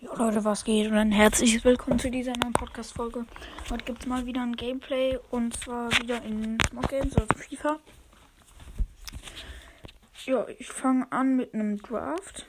Jo Leute, was geht? Und ein herzliches Willkommen zu dieser neuen Podcast-Folge. Heute gibt es mal wieder ein Gameplay und zwar wieder in Smog Games, also FIFA. Ja, ich fange an mit einem Draft.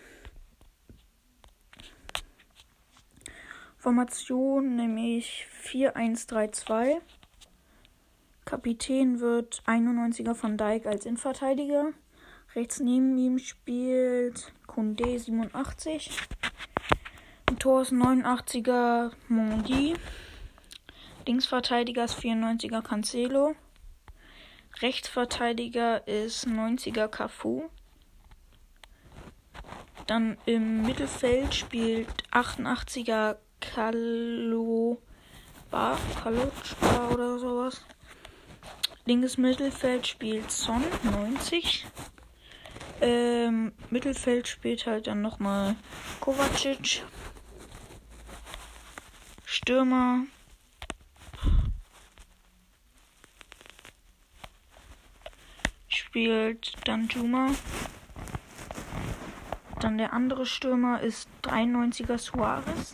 Formation nehme ich 4-1-3-2. Kapitän wird 91er Van Dijk als Innenverteidiger. Rechts neben ihm spielt Koundé 87. Im Tor ist 89er Mondi. Linksverteidiger ist 94er Cancelo. Rechtsverteidiger ist 90er Cafu. Dann im Mittelfeld spielt 88er Kalocba oder sowas. Linkes Mittelfeld spielt Son 90. Mittelfeld spielt halt dann nochmal Kovacic. Stürmer spielt Danjuma. Dann der andere Stürmer ist 93er Suarez.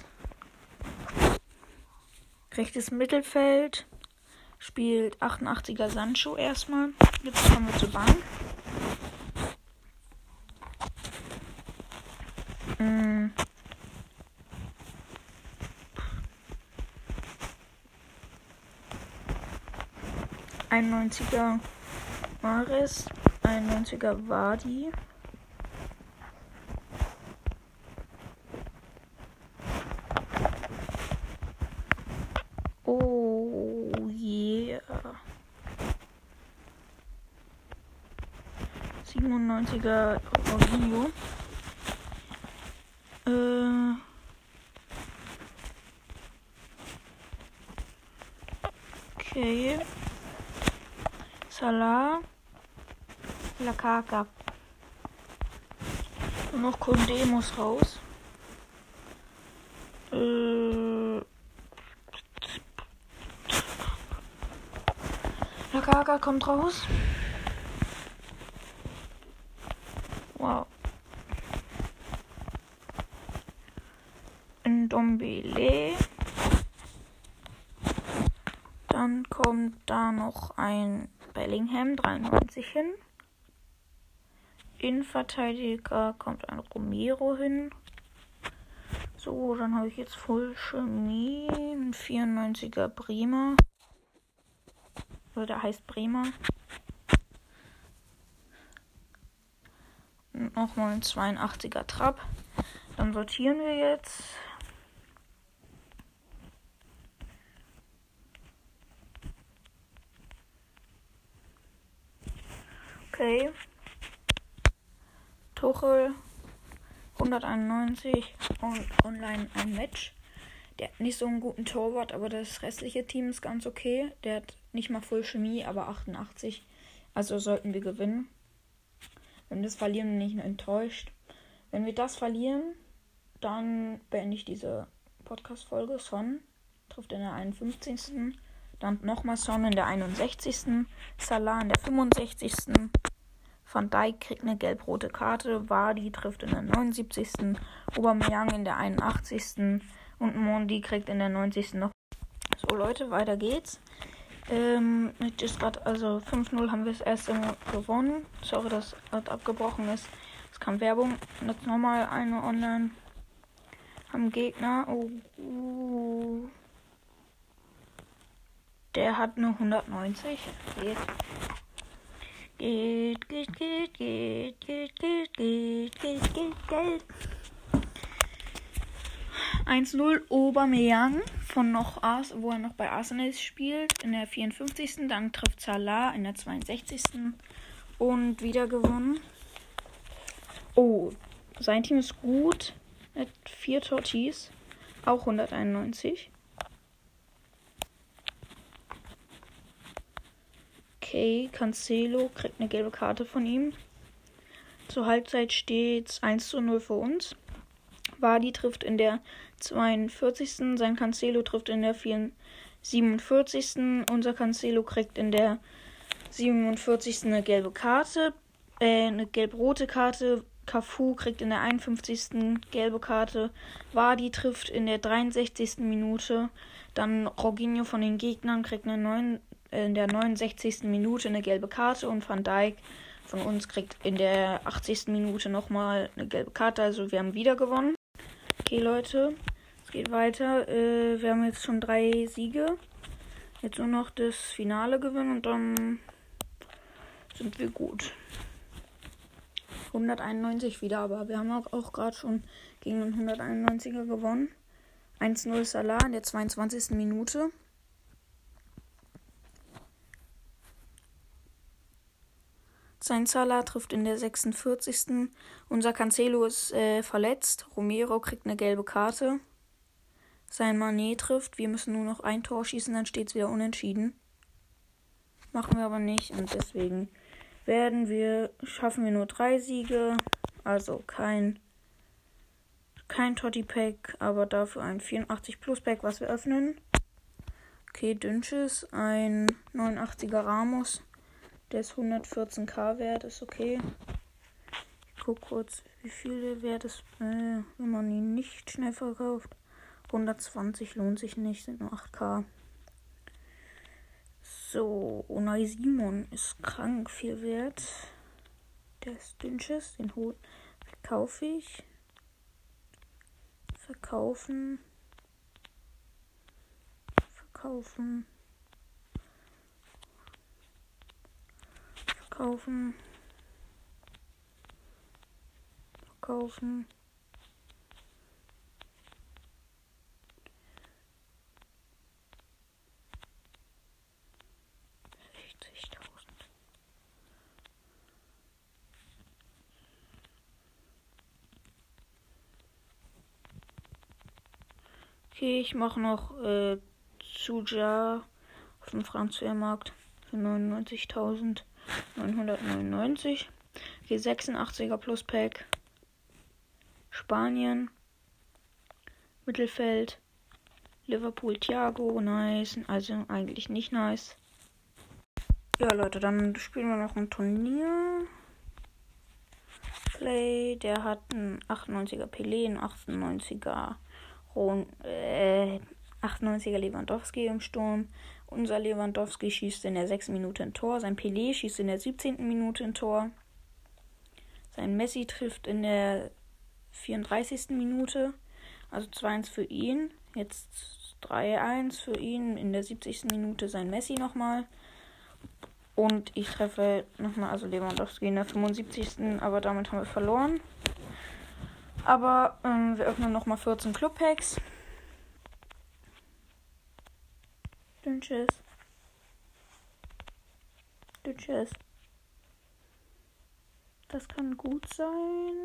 Rechtes Mittelfeld spielt 88er Sancho erstmal. Jetzt kommen wir zur Bank. Ein 91er Mahrez, 91er Vardy. Oh yeah. 97er Jorginho. Okay. Salah. Lakaka. Und noch Koundé muss raus. Lakaka kommt raus. Wow. Ndombele. Dann kommt da noch ein Bellingham 93 hin. Innenverteidiger kommt ein Romero hin. So, dann habe ich jetzt Full Chemie, ein 94er Bremer. Oder der heißt Bremer. Und nochmal ein 82er Trapp. Dann sortieren wir jetzt. Okay. Tuchel 191 und online ein Match. Der hat nicht so einen guten Torwart, aber das restliche Team ist ganz okay. Der hat nicht mal Full Chemie, aber 88. Also sollten wir gewinnen. Wenn wir das verlieren, bin ich enttäuscht. Wenn wir das verlieren, dann beende ich diese Podcast-Folge. Son trifft in der 51. Dann nochmal Son in der 61. Salah in der 65. Van Dijk kriegt eine gelb-rote Karte. Vardy trifft in der 79. Aubameyang in der 81. Und Mondi kriegt in der 90. noch. So Leute, weiter geht's. Ist grad, also 5-0 haben wir das erste Mal gewonnen. Sorry, dass das abgebrochen ist. Es kam Werbung. Und jetzt nochmal eine online. Am Gegner. Der hat nur 190. Geht. 1-0 Aubameyang von wo er noch bei Arsenal spielt, in der 54. Dann trifft Salah in der 62. Und wieder gewonnen. Oh, sein Team ist gut. Mit 4 Tortis. Auch 191. Okay, Cancelo kriegt eine gelbe Karte von ihm. Zur Halbzeit steht 1-0 für uns. Vardy trifft in der 42. Sein Cancelo trifft in der 47. Unser Cancelo kriegt in der 47. eine gelbe Karte. Eine gelb-rote Karte. Cafu kriegt in der 51. gelbe Karte. Vardy trifft in der 63. Minute. Dann Jorginho von den Gegnern kriegt in der 69. Minute eine gelbe Karte. Und Van Dijk von uns kriegt in der 80. Minute nochmal eine gelbe Karte. Also wir haben wieder gewonnen. Okay, Leute, es geht weiter. Wir haben jetzt schon 3 Siege. Jetzt nur noch das Finale gewinnen und dann sind wir gut. 191 wieder, aber wir haben auch gerade schon gegen den 191er gewonnen. 1-0 Salah in der 22. Minute. Sein Salah trifft in der 46. Unser Cancelo ist verletzt. Romero kriegt eine gelbe Karte. Sein Mané trifft. Wir müssen nur noch ein Tor schießen, dann steht es wieder unentschieden. Machen wir aber nicht und deswegen schaffen wir nur 3 Siege. Also kein Totti-Pack, aber dafür ein 84-Plus-Pack, was wir öffnen. Okay, Dünches, ein 89er Ramos. Der ist 114k wert, ist okay. Ich guck kurz, wie viel der wert ist, wenn man ihn nicht schnell verkauft. 120 lohnt sich nicht, sind nur 8k. So, Unai Simon ist krank viel wert. Der ist Dünches, den verkaufe ich. Verkaufen. Verkaufen. 60.000. Okay, ich mache noch Suja auf dem Transfermarkt für 99.999. Okay, 86er Plus Pack. Spanien. Mittelfeld. Liverpool Thiago, nice. Also eigentlich nicht nice. Ja, Leute, dann spielen wir noch ein Turnier. Play, der hat einen 98er Pelé, einen 98er 98er Lewandowski im Sturm. Unser Lewandowski schießt in der 6. Minute ein Tor. Sein Pelé schießt in der 17. Minute ein Tor. Sein Messi trifft in der 34. Minute. Also 2-1 für ihn. Jetzt 3-1 für ihn. In der 70. Minute sein Messi nochmal. Und ich treffe nochmal, also Lewandowski in der 75. Aber damit haben wir verloren. Aber wir öffnen nochmal 14 Club-Packs. Dünches. Das kann gut sein.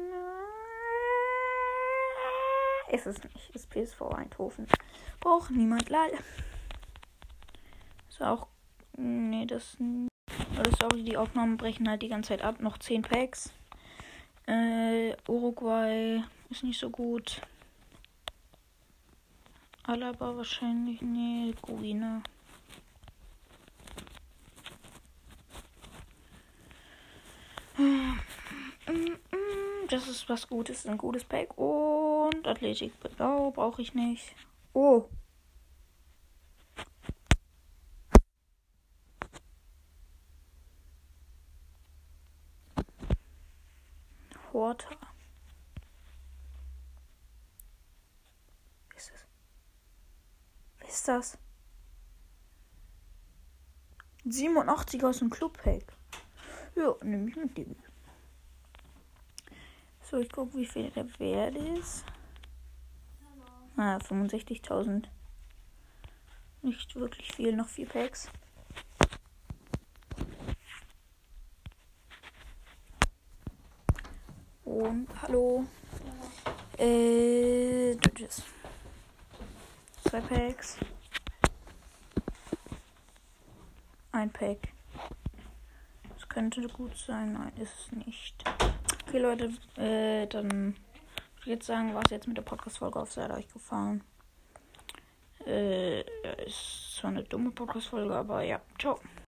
Ist es nicht. Ist PSV Eindhoven. Braucht niemand, lol. Ist auch. Nee, sorry, die Aufnahmen brechen halt die ganze Zeit ab. Noch 10 Packs. Uruguay ist nicht so gut. Alaba wahrscheinlich. Nee, Guine. Das ist was Gutes, ein gutes Pack. Und Athletic Bilbao brauche ich nicht. Oh. Horta. Wer ist das? 87 aus dem Club-Pack. Ja, nehme ich mit dem. So, ich gucke, wie viel der Wert ist. 65.000. Nicht wirklich viel, noch 4 Packs. Und hallo. Tschüss. 2 Packs. 1 Pack. Das könnte gut sein. Nein, ist es nicht. Okay, Leute, dann würde ich jetzt sagen, war es jetzt mit der Podcast-Folge. Auf seid euch gefallen. Ist zwar eine dumme Podcast-Folge, aber ja, ciao.